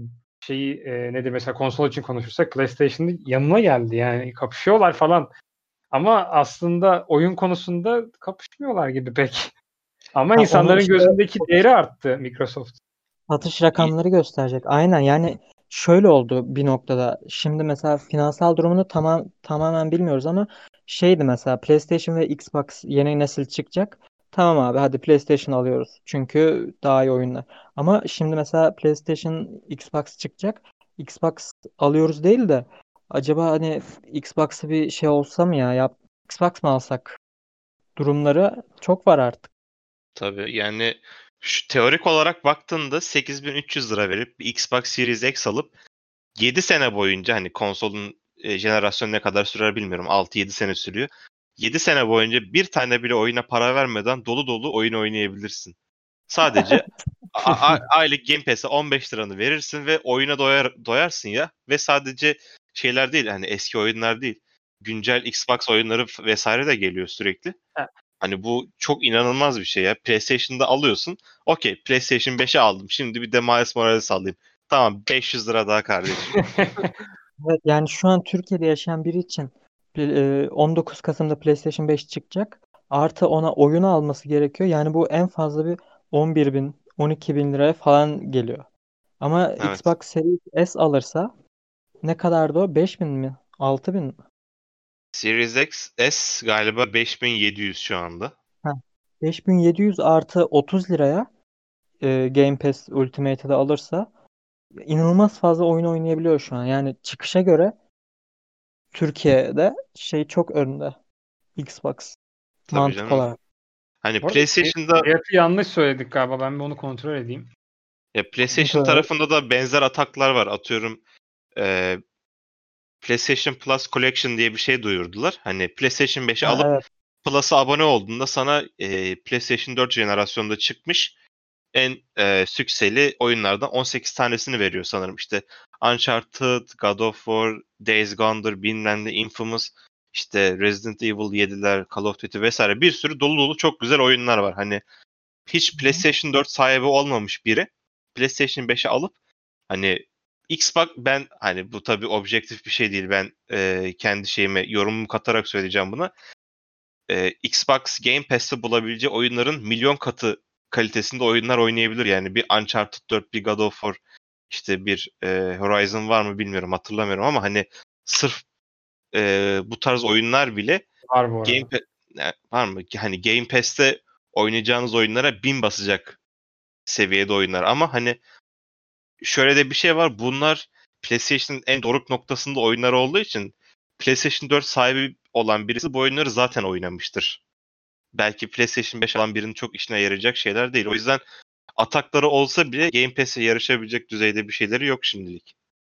nedir mesela, konsol için konuşursak PlayStation'ın yanına geldi. Yani kapışıyorlar falan. Ama aslında oyun konusunda kapışmıyorlar gibi pek. Ama Ha, onu insanların işte gözündeki değeri arttı Microsoft. satış rakamları gösterecek. Aynen, yani şöyle oldu bir noktada. Şimdi mesela finansal durumunu tamamen bilmiyoruz ama şeydi, mesela PlayStation ve Xbox yeni nesil çıkacak. Tamam abi, hadi PlayStation alıyoruz. Çünkü daha iyi oyunlar. Ama şimdi mesela PlayStation, Xbox çıkacak. Xbox alıyoruz değil de acaba hani Xbox'ı bir şey olsa mı ya? Xbox mı alsak? Durumları çok var artık. Tabii yani şu teorik olarak baktığında 8.300 lira verip bir Xbox Series X alıp 7 sene boyunca, hani konsolun jenerasyonu ne kadar sürer bilmiyorum. 6-7 sene sürüyor. 7 sene boyunca bir tane bile oyuna para vermeden dolu dolu oyun oynayabilirsin. Sadece aylık Game Pass'e 15 liranı verirsin ve oyuna doyarsın ya. Ve sadece şeyler değil, hani eski oyunlar değil. Güncel Xbox oyunları vesaire de geliyor sürekli. Hani bu çok inanılmaz bir şey ya. PlayStation'da alıyorsun. Okey, PlayStation 5'i aldım. Şimdi bir de Miles Morales alayım. Tamam, 500 lira daha kardeşim. Evet, yani şu an Türkiye'de yaşayan biri için 19 Kasım'da PlayStation 5 çıkacak. Artı ona oyunu alması gerekiyor. Yani bu en fazla bir 11 bin, 12 bin liraya falan geliyor. Ama Evet. Xbox Series S alırsa ne kadardı o? 5 bin mi? 6 bin mi? Series X S galiba 5700 şu anda. Ha, 5700 artı 30 liraya Game Pass Ultimate'ı da alırsa inanılmaz fazla oyun oynayabiliyor şu an. Yani çıkışa göre Türkiye'de çok önde Xbox, Tabii mantık canım. olarak. Hani Bu arada PlayStation'da fiyatı yanlış söyledik galiba. Ben bir onu kontrol edeyim. PlayStation Kontrol et. tarafında da benzer ataklar var. Atıyorum e, PlayStation Plus Collection diye bir şey duyurdular. Hani PlayStation 5'i Ha, alıp evet. Plus'a abone olduğunda sana PlayStation 4 jenerasyonda çıkmış en sükseli oyunlardan 18 tanesini veriyor sanırım. İşte Uncharted, God of War, Days Gone'dır, bilmem ne, Infamous, işte Resident Evil 7'ler, Call of Duty vesaire bir sürü dolu dolu çok güzel oyunlar var. Hani hiç PlayStation 4 sahibi olmamış biri PlayStation 5'i alıp hani Xbox, ben hani bu tabii objektif bir şey değil, ben kendi yorumumu katarak söyleyeceğim buna. Xbox Game Pass'te bulabileceği oyunların milyon katı kalitesinde oyunlar oynayabilir. Yani bir Uncharted 4, bir God of War, işte bir Horizon var mı bilmiyorum, hatırlamıyorum ama hani sırf bu tarz oyunlar bile Var bu arada. Var mı? Hani Game Pass'te oynayacağınız oyunlara 1000 basacak seviyede oyunlar. Ama hani şöyle de bir şey var. Bunlar PlayStation'ın en doruk noktasında oyunlar olduğu için PlayStation 4 sahibi olan birisi bu oyunları zaten oynamıştır. Belki PlayStation 5 alan birinin çok işine yarayacak şeyler değil. O yüzden atakları olsa bile Game Pass'e yarışabilecek düzeyde bir şeyleri yok şimdilik.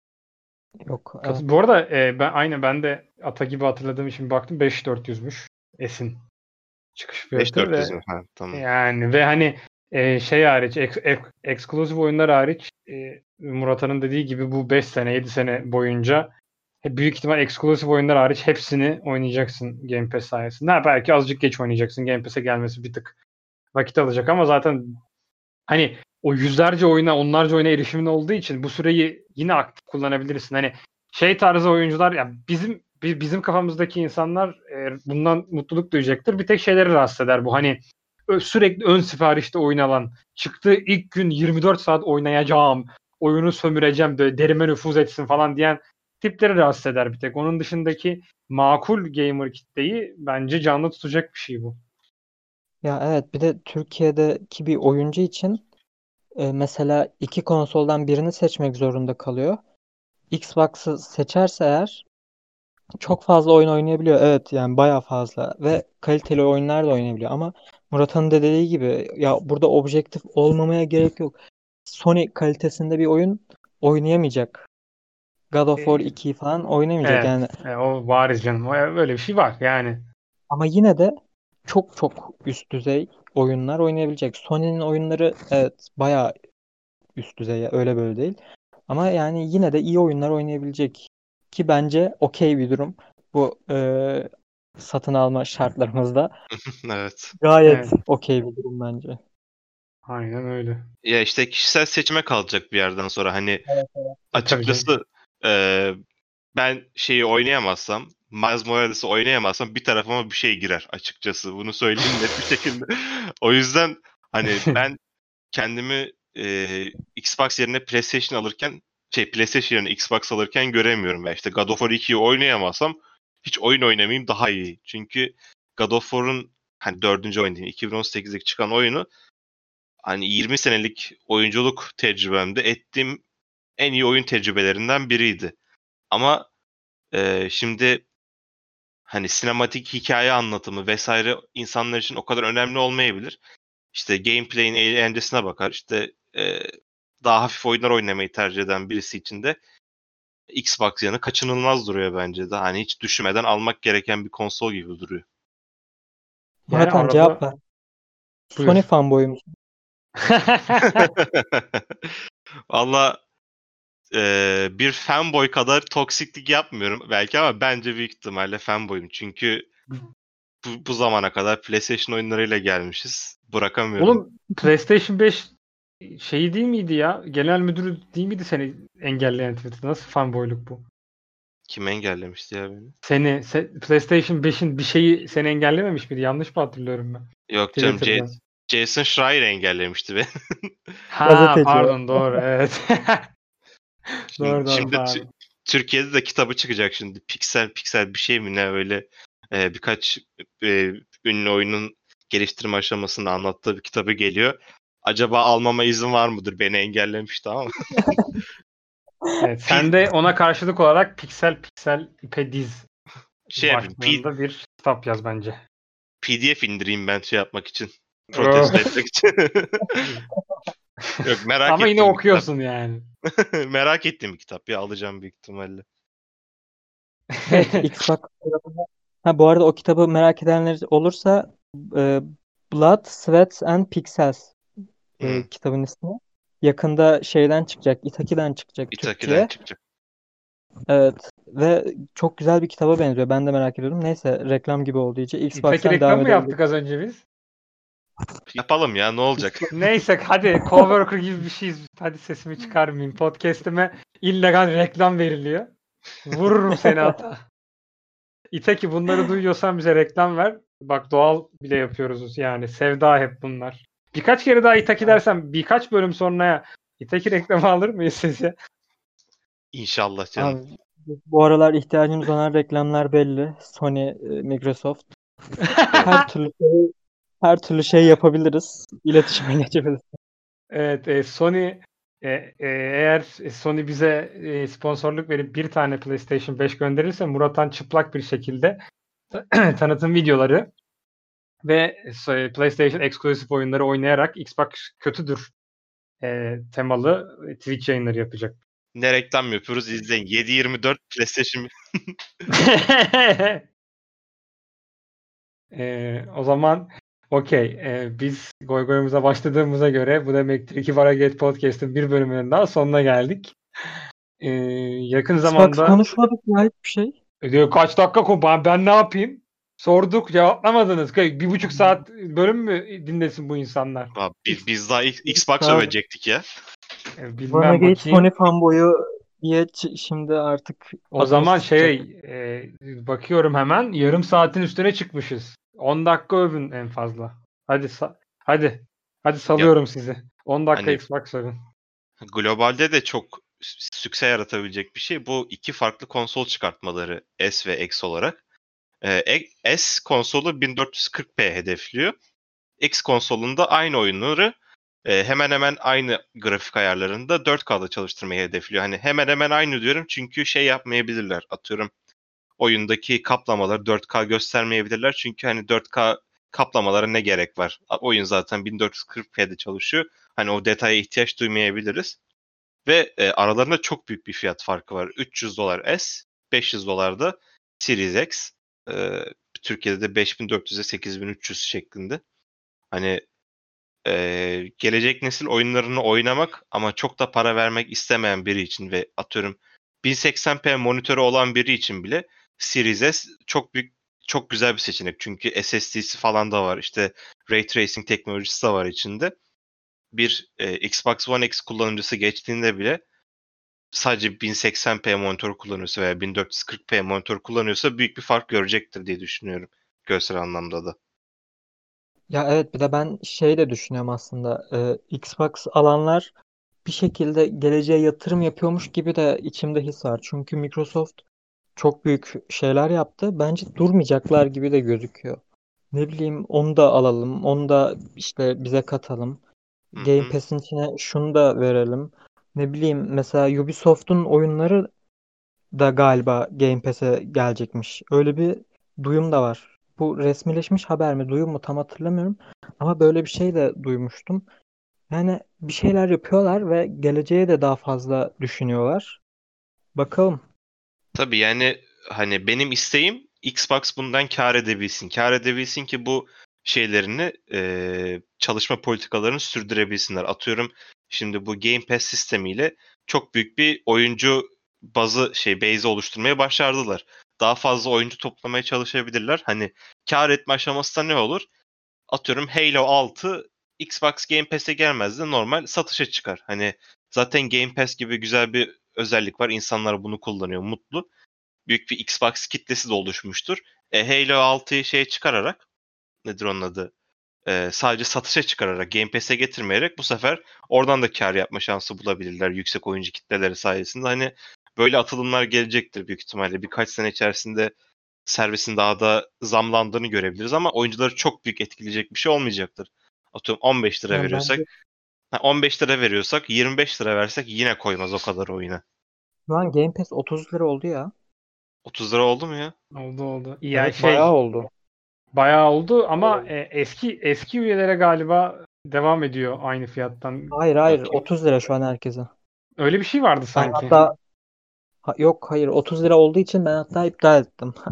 Yok, evet. Bu arada ben de ata gibi hatırladığım için baktım 5400'müş S'in çıkış fiyatı 5400 ve mü? Ha, tamam. yani ve hani şey hariç exclusive oyunlar hariç Murat'ın dediği gibi bu 5 sene 7 sene boyunca büyük ihtimal exclusive oyunlar hariç hepsini oynayacaksın Game Pass sayesinde. Ha, belki azıcık geç oynayacaksın. Game Pass'e gelmesi bir tık vakit alacak ama zaten hani o yüzlerce oyuna, onlarca oyuna erişimin olduğu için bu süreyi yine aktif kullanabilirsin. Hani şey tarzı oyuncular ya bizim kafamızdaki insanlar bundan mutluluk duyacaktır. Bir tek şeyleri rahatsız eder bu. Hani sürekli ön siparişte oyun alan, çıktığı ilk gün 24 saat oynayacağım, oyunu sömüreceğim, böyle derime nüfuz etsin falan diyen tipleri rahatsız eder bir tek. Onun dışındaki makul gamer kitleyi bence canlı tutacak bir şey bu. Ya evet, bir de Türkiye'deki bir oyuncu için mesela iki konsoldan birini seçmek zorunda kalıyor. Xbox'ı seçerse eğer çok fazla oyun oynayabiliyor. Evet, yani bayağı fazla ve kaliteli oyunlar da oynayabiliyor ama Murat'ın da dediği gibi ya burada objektif olmamaya gerek yok. Sony kalitesinde bir oyun oynayamayacak. God of War E, 2'yi falan oynamayacak evet, yani. o bariz canım. Öyle bir şey var yani. Ama yine de çok çok üst düzey oyunlar oynayabilecek. Sony'nin oyunları evet bayağı üst düzey, öyle böyle değil. Ama yani yine de iyi oyunlar oynayabilecek ki bence okey bir durum. Bu satın alma şartlarımızda Evet. gayet Evet, okey bir durum bence. aynen öyle. Ya işte kişisel seçime kalacak bir yerden sonra. Hani Evet, evet. Tabii canım. açıkçası ben şeyi oynayamazsam, Miles Morales'i oynayamazsam bir tarafıma bir şey girer açıkçası. Bunu söyleyeyim net bir şekilde. O yüzden hani ben kendimi Xbox yerine PlayStation alırken, PlayStation yerine Xbox alırken göremiyorum. Ben işte God of War 2'yi oynayamazsam hiç oyun oynamayayım daha iyi. Çünkü God of War'un hani 4. oyun değil, 2018'deki çıkan oyunu hani 20 senelik oyunculuk tecrübemde ettiğim en iyi oyun tecrübelerinden biriydi. Ama şimdi hani sinematik hikaye anlatımı vesaire insanlar için o kadar önemli olmayabilir. İşte gameplay'in eğlencesine bakar. İşte daha hafif oyunlar oynamayı tercih eden birisi için de Xbox yanı kaçınılmaz duruyor bence de. Hani hiç düşünmeden almak gereken bir konsol gibi duruyor. Yani Murat Han, cevap arada ver. Sony buyur. fanboyu musun? Valla bir fanboy kadar toksiklik yapmıyorum belki ama bence büyük ihtimalle fanboyum. Çünkü bu zamana kadar PlayStation oyunlarıyla gelmişiz. Bırakamıyorum. Oğlum PlayStation 5 şeyi değil miydi ya? Genel müdürü değil miydi seni engelleyen Twitter? Nasıl fanboyluk bu? Kim engellemişti ya beni? PlayStation 5'in bir şeyi seni engellememiş miydi? Yanlış mı hatırlıyorum ben? Yok canım, Twitter'dan. Jason Schreier engellemişti beni. Ha Gazeteci o. pardon, doğru, evet. Şimdi, Doğru şimdi pardon. Türkiye'de de kitabı çıkacak şimdi. Pixel bir şey mi ne, öyle birkaç ünlü oyunun geliştirme aşamasını anlattığı bir kitabı geliyor. Acaba almama izin var mıdır? Beni engellemişti ama. Evet, P- sen de ona karşılık olarak piksel ipe diz şey yapayım, başlığında bir kitap yaz bence. PDF indireyim ben şey yapmak için. Oh. Protesto etmek için. Yok, merak Ama yine ettiğim bir kitap. okuyorsun yani. Merak ettiğim bir kitap ya, alacağım büyük ihtimalle. Evet, Xbox tarafında. Ha, bu arada o kitabı merak edenler olursa e, Blood, Sweat and Pixels kitabın ismi. Yakında şeyden çıkacak, Itaki'den çıkacak Itaki'den Türkçe'ye. çıkacak. Evet ve çok güzel bir kitaba benziyor. Ben de merak ediyordum. Neyse reklam gibi oldu iyice. İtaki Xbox'tan reklam devam mı edebiliriz. yaptık az önce biz? Yapalım ya, ne olacak? Neyse hadi coworker gibi bir şeyiz. Hadi sesimi çıkarmayayım. Podcast'ime illegal reklam veriliyor. Vururum seni hata. İtaki bunları duyuyorsan bize reklam ver. Bak doğal bile yapıyoruz yani. Sevda hep bunlar. Birkaç kere daha Itaki dersem birkaç bölüm sonraya Itaki reklamı alır mıyız sizce? İnşallah canım. Abi, bu aralar ihtiyacımız olan reklamlar belli. Sony, Microsoft. Her türlü şey yapabiliriz. İletişime geçebiliriz. Evet, Sony eğer Sony bize sponsorluk verip bir tane PlayStation 5 gönderirse Murat'tan çıplak bir şekilde tanıtım videoları ve PlayStation exclusive oyunları oynayarak Xbox kötüdür temalı Twitch yayınları yapacak. Ne reklam yapıyoruz, izleyin. 7/24 PlayStation. O zaman okey. Biz goygoyumuza başladığımıza göre bu demektir ki Varaget Podcast'ın bir bölümünün daha sonuna geldik. Yakın Xbox zamanda konuşmadık ya hiçbir şey. diyor kaç dakika ben ne yapayım? Sorduk cevaplamadınız. 1,5 saat bölüm mü dinlesin bu insanlar? Abi, biz daha Xbox Tamam. övecektik ya. Bilmem Renegade bakayım. Sony fanboyu diye şimdi artık O zaman adımız çıkacak. bakıyorum hemen yarım saatin üstüne çıkmışız. 10 dakika övün en fazla. Hadi Ya salıyorum sizi. 10 dakika hani Xbox övün. globalde de çok sükse yaratabilecek bir şey. Bu iki farklı konsol çıkartmaları, S ve X olarak. S konsolu 1440p hedefliyor. X konsolunda aynı oyunları hemen hemen aynı grafik ayarlarında 4K'da çalıştırmayı hedefliyor. Hani hemen hemen aynı diyorum çünkü şey yapmayabilirler. Atıyorum oyundaki kaplamaları 4K göstermeyebilirler. Çünkü hani 4K kaplamalara ne gerek var? Oyun zaten 1440p'de çalışıyor. Hani o detaya ihtiyaç duymayabiliriz. Ve aralarında çok büyük bir fiyat farkı var. $300 S, $500 da Series X. E, Türkiye'de de 5400'e 8300 şeklinde. Hani gelecek nesil oyunlarını oynamak ama çok da para vermek istemeyen biri için ve atıyorum 1080p monitörü olan biri için bile Series S çok büyük, çok güzel bir seçenek. Çünkü SSD'si falan da var. İşte Ray Tracing teknolojisi de var içinde. Bir Xbox One X kullanıcısı geçtiğinde bile sadece 1080p monitör kullanıyorsa veya 1440p monitör kullanıyorsa büyük bir fark görecektir diye düşünüyorum. Görsel anlamda da. Ya evet bir de ben şey de düşünüyorum aslında. Xbox alanlar bir şekilde geleceğe yatırım yapıyormuş gibi de içimde his var. Çünkü Microsoft çok büyük şeyler yaptı. Bence durmayacaklar gibi de gözüküyor. Ne bileyim onu da alalım. Onu da işte bize katalım. Hı Game hı. Pass'in içine şunu da verelim. Ne bileyim mesela Ubisoft'un oyunları da galiba Game Pass'e gelecekmiş. Öyle bir duyum da var. Bu resmileşmiş haber mi, duyum mu tam hatırlamıyorum. Ama böyle bir şey de duymuştum. Yani bir şeyler yapıyorlar ve geleceğe de daha fazla düşünüyorlar. Bakalım. Tabii yani hani benim isteğim Xbox bundan kâr edebilsin. Kâr edebilsin ki bu şeylerini çalışma politikalarını sürdürebilsinler. Atıyorum şimdi bu Game Pass sistemiyle çok büyük bir oyuncu base oluşturmaya başardılar. Daha fazla oyuncu toplamaya çalışabilirler. Hani kâr etme aşaması da ne olur? Atıyorum Halo 6 Xbox Game Pass'e gelmez de normal satışa çıkar. Hani zaten Game Pass gibi güzel bir özellik var. İnsanlar bunu kullanıyor, mutlu. Büyük bir Xbox kitlesi de oluşmuştur. Halo 6'yı şeye çıkararak, nedir onun adı? Sadece satışa çıkararak, Game Pass'e getirmeyerek bu sefer oradan da kar yapma şansı bulabilirler yüksek oyuncu kitleleri sayesinde. Hani böyle atılımlar gelecektir büyük ihtimalle. Birkaç sene içerisinde servisin daha da zamlandığını görebiliriz ama oyuncuları çok büyük etkileyecek bir şey olmayacaktır. Atıyorum 15 lira Yani veriyorsak, bence 15 lira veriyorsak 25 lira versek yine koymaz o kadar oyuna. şu an Game Pass 30 lira oldu ya. 30 lira oldu mu ya? Oldu. Yani Evet bayağı oldu. bayağı oldu ama eski üyelere galiba devam ediyor aynı fiyattan. Hayır Bakayım. 30 lira şu an herkese. Öyle bir şey vardı Ben sanki. hatta yok hayır 30 lira olduğu için ben hatta iptal ettim.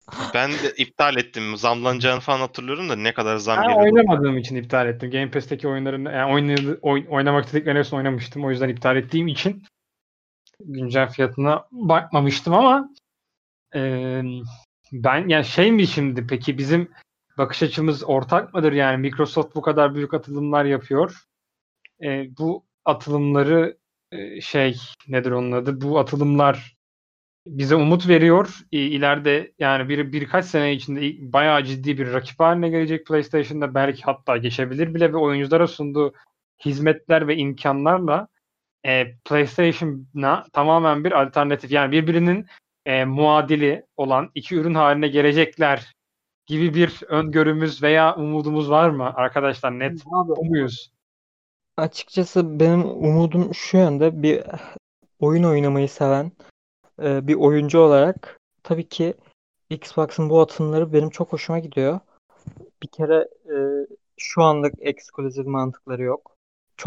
Ben de iptal ettim. Zamlanacağını falan hatırlıyorum da ne kadar zam Ben geliyordu. oynamadığım için iptal ettim. Game Pass'teki oyunların yani oynamak istediklerini hepsini oynamıştım. O yüzden iptal ettiğim için güncel fiyatına bakmamıştım ama e, ben yani şey mi şimdi peki bizim bakış açımız ortak mıdır? Yani Microsoft bu kadar büyük atılımlar yapıyor. Bu atılımları şey nedir onun adı? Bu atılımlar bize umut veriyor. İleride yani birkaç sene içinde bayağı ciddi bir rakip haline gelecek PlayStation'da belki hatta geçebilir bile ve oyunculara sunduğu hizmetler ve imkanlarla PlayStation'a tamamen bir alternatif yani birbirinin muadili olan iki ürün haline gelecekler gibi bir öngörümüz veya umudumuz var mı arkadaşlar net Abi, bu muyuz? açıkçası benim umudum şu yönde, bir oyun oynamayı seven bir oyuncu olarak tabii ki Xbox'ın bu atımları benim çok hoşuma gidiyor. Bir kere şu anlık ekskluzif mantıkları yok.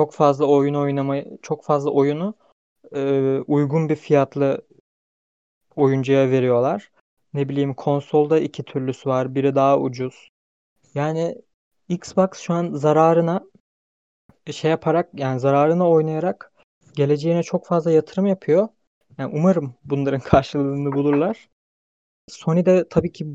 Çok fazla oyunu uygun bir fiyatlı oyuncuya veriyorlar. Ne bileyim, konsolda iki türlüsü var. Biri daha ucuz. Yani Xbox şu an zararına oynayarak geleceğine çok fazla yatırım yapıyor. Yani umarım bunların karşılığını bulurlar. Sony de tabii ki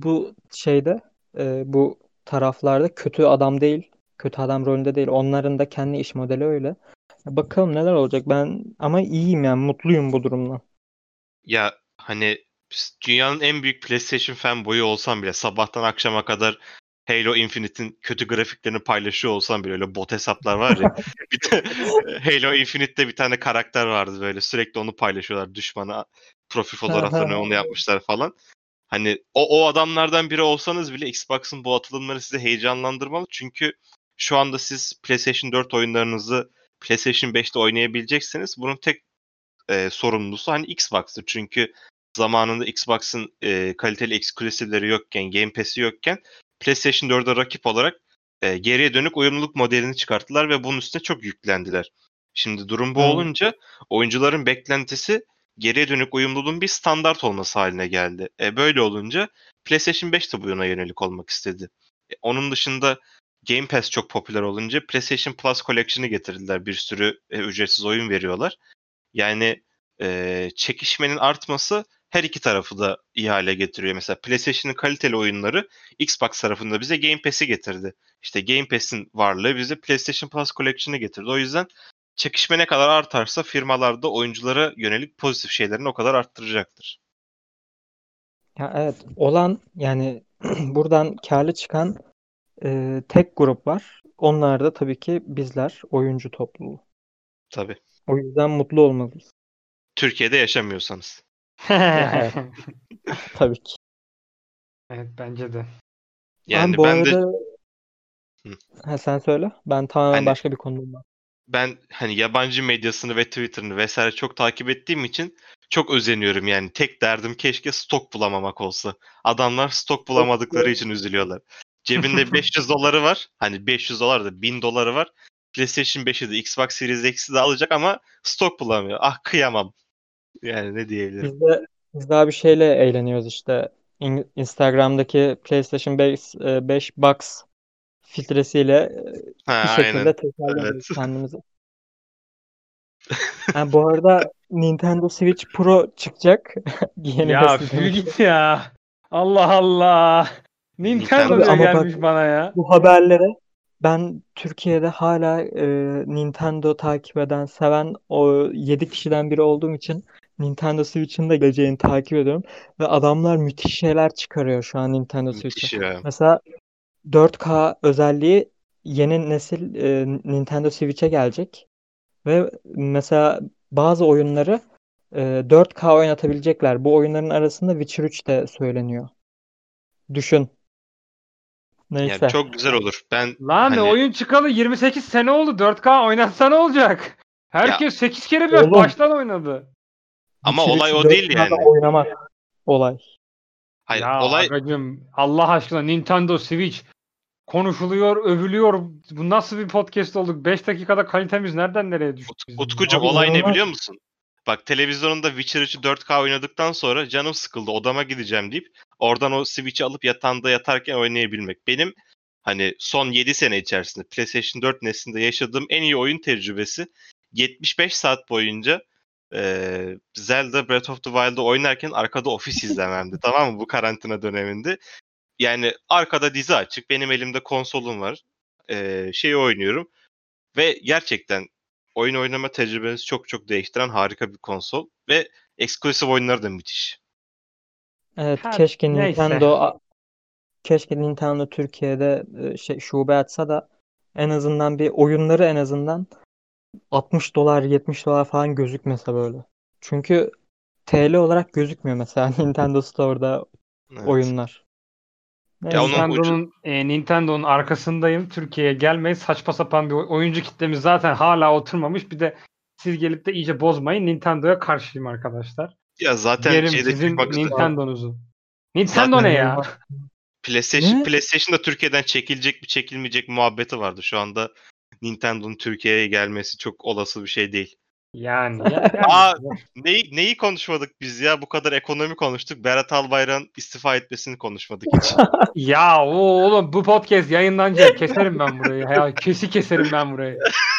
bu taraflarda kötü adam değil. Kötü adam rolünde değil. Onların da kendi iş modeli öyle. Bakalım neler olacak. Ben ama iyiyim, yani mutluyum bu durumdan. Ya hani dünyanın en büyük PlayStation fanboyu olsam bile sabahtan akşama kadar Halo Infinite'in kötü grafiklerini paylaşıyor olsam bile öyle bot hesaplar var ya. Bir de Halo Infinite'te bir tane karakter vardı böyle sürekli onu paylaşıyorlar düşmana profil fotoğraflarını onu yapmışlar falan. Hani o adamlardan biri olsanız bile Xbox'ın bu atılımları sizi heyecanlandırmalı. Çünkü şu anda siz PlayStation 4 oyunlarınızı PlayStation 5'te oynayabileceksiniz. Bunun tek sorumlusu hani Xbox'tı. Çünkü zamanında Xbox'ın kaliteli eksklusivleri yokken, Game Pass'i yokken PlayStation 4'e rakip olarak geriye dönük uyumluluk modelini çıkarttılar ve bunun üstüne çok yüklendiler. Şimdi durum bu Evet. olunca oyuncuların beklentisi geriye dönük uyumluluğun bir standart olması haline geldi. Böyle olunca PlayStation 5 de bu yana yönelik olmak istedi. Onun dışında Game Pass çok popüler olunca PlayStation Plus Collection'ı getirdiler. Bir sürü ücretsiz oyun veriyorlar. Yani çekişmenin artması her iki tarafı da iyi hale getiriyor. Mesela PlayStation'ın kaliteli oyunları Xbox tarafında bize Game Pass'i getirdi. İşte Game Pass'in varlığı bize PlayStation Plus Collection'ı getirdi. O yüzden çekişme ne kadar artarsa firmalar da oyunculara yönelik pozitif şeylerini o kadar arttıracaktır. Ya evet, olan yani buradan karlı çıkan tek grup var. Onlar da tabii ki bizler, oyuncu topluluğu. Tabii. O yüzden mutlu olmalıyız. Türkiye'de yaşamıyorsanız. Ya evet, tabii ki. Evet bence de. Abi Yani bu ben de arada Hı. sen söyle. Ben tamamen hani başka bir konudayım. ben hani yabancı medyasını ve Twitter'ını vesaire çok takip ettiğim için çok özeniyorum yani. Tek derdim keşke stok bulamamak olsa. Adamlar stok bulamadıkları için üzülüyorlar. Cebinde 500 doları var. Hani 500 dolar da 1000 doları var. PlayStation 5'i de Xbox Series X'i de alacak ama stok bulamıyor. Ah kıyamam. Yani ne diyebilirim. Biz daha bir şeyle eğleniyoruz işte. Instagram'daki PlayStation 5 Box filtresiyle Ha bir aynen. şekilde Evet. tekrarlıyoruz kendimizi. Ha, bu arada Nintendo Switch Pro çıkacak. Yeni Ya nesilden fil işte. git ya. Allah Allah. Nintendo Abi Nintendo diyor ama bak, gelmiş bana ya. bu haberlere ben Türkiye'de hala Nintendo takip eden, seven o 7 kişiden biri olduğum için Nintendo Switch'in de geleceğini takip ediyorum. Ve adamlar müthiş şeyler çıkarıyor şu an Nintendo Switch'e. müthiş ya. Mesela 4K özelliği yeni nesil Nintendo Switch'e gelecek. Ve mesela bazı oyunları 4K oynatabilecekler. Bu oyunların arasında Witcher 3 de söyleniyor. Düşün. Yani Neyse. çok güzel olur. Ben Lan hani oyun çıkalı 28 sene oldu. 4K oynatsa ne olacak? ya Herkes 8 kere Oğlum, baştan oynadı. ama Witcher olay 3 o değil 4K'da yani. oynamak olay. Hayır, Ya olay agacım Allah aşkına Nintendo Switch konuşuluyor, övülüyor. Bu nasıl bir podcast olduk? 5 dakikada kalitemiz nereden nereye düştü bizim ya? Utkucuğum Abi olay ne inanılmaz. biliyor musun? Bak televizyonunda Witcher 3'ü 4K oynadıktan sonra canım sıkıldı odama gideceğim deyip oradan o Switch'i alıp yatağında yatarken oynayabilmek. Benim hani son 7 sene içerisinde PlayStation 4 neslinde yaşadığım en iyi oyun tecrübesi 75 saat boyunca Zelda Breath of the Wild'ı oynarken arkada Office izlememdi. Tamam mı? Bu karantina döneminde. Yani arkada dizi açık. Benim elimde konsolum var. Şeyi oynuyorum. Ve gerçekten oyun oynama tecrübenizi çok çok değiştiren harika bir konsol. Ve eksklusif oyunları da müthiş. Evet, Her neyse. keşke Nintendo Türkiye'de şube açsa da en azından bir oyunları en azından $60 $70 falan gözükmese böyle. Çünkü TL olarak gözükmüyor mesela Nintendo Store'da Evet. oyunlar. Ya Neyse. onun Nintendo'nun arkasındayım. Türkiye'ye gelmeyin. Saçma sapan bir oyuncu kitlemiz zaten hala oturmamış. Bir de siz gelip de iyice bozmayın. Nintendo'ya karşıyım arkadaşlar. ya zaten Yerim şeyde sizin çıkmak üzere. Nintendo'nuzu. Nintendo Zaten ne ya? Ne? PlayStation'da Türkiye'den çekilecek mi çekilmeyecek mi muhabbeti vardı. Şu anda Nintendo'nun Türkiye'ye gelmesi çok olası bir şey değil. Yani Aa, neyi konuşmadık biz ya? Bu kadar ekonomi konuştuk. Berat Albayrak'ın istifa etmesini konuşmadık hiç. ya oğlum bu podcast yayınlanacak. Keserim ben burayı. Ya keserim ben burayı.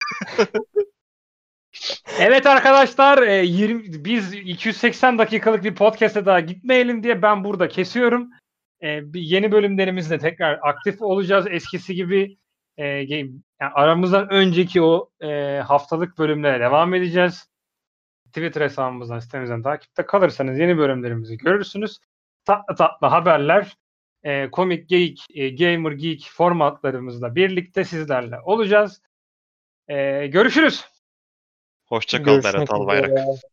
Evet arkadaşlar, biz 280 dakikalık bir podcast'e daha gitmeyelim diye ben burada kesiyorum. Bir yeni bölümlerimizde tekrar aktif olacağız. Eskisi gibi yani aramızdan önceki o haftalık bölümlere devam edeceğiz. Twitter hesabımızdan, sitemizden takipte kalırsanız yeni bölümlerimizi görürsünüz. Tatlı tatlı haberler, komik, geyik, gamer, geek formatlarımızla birlikte sizlerle olacağız. Görüşürüz. Hoşça kal Berat Görüşmek Albayrak. üzere.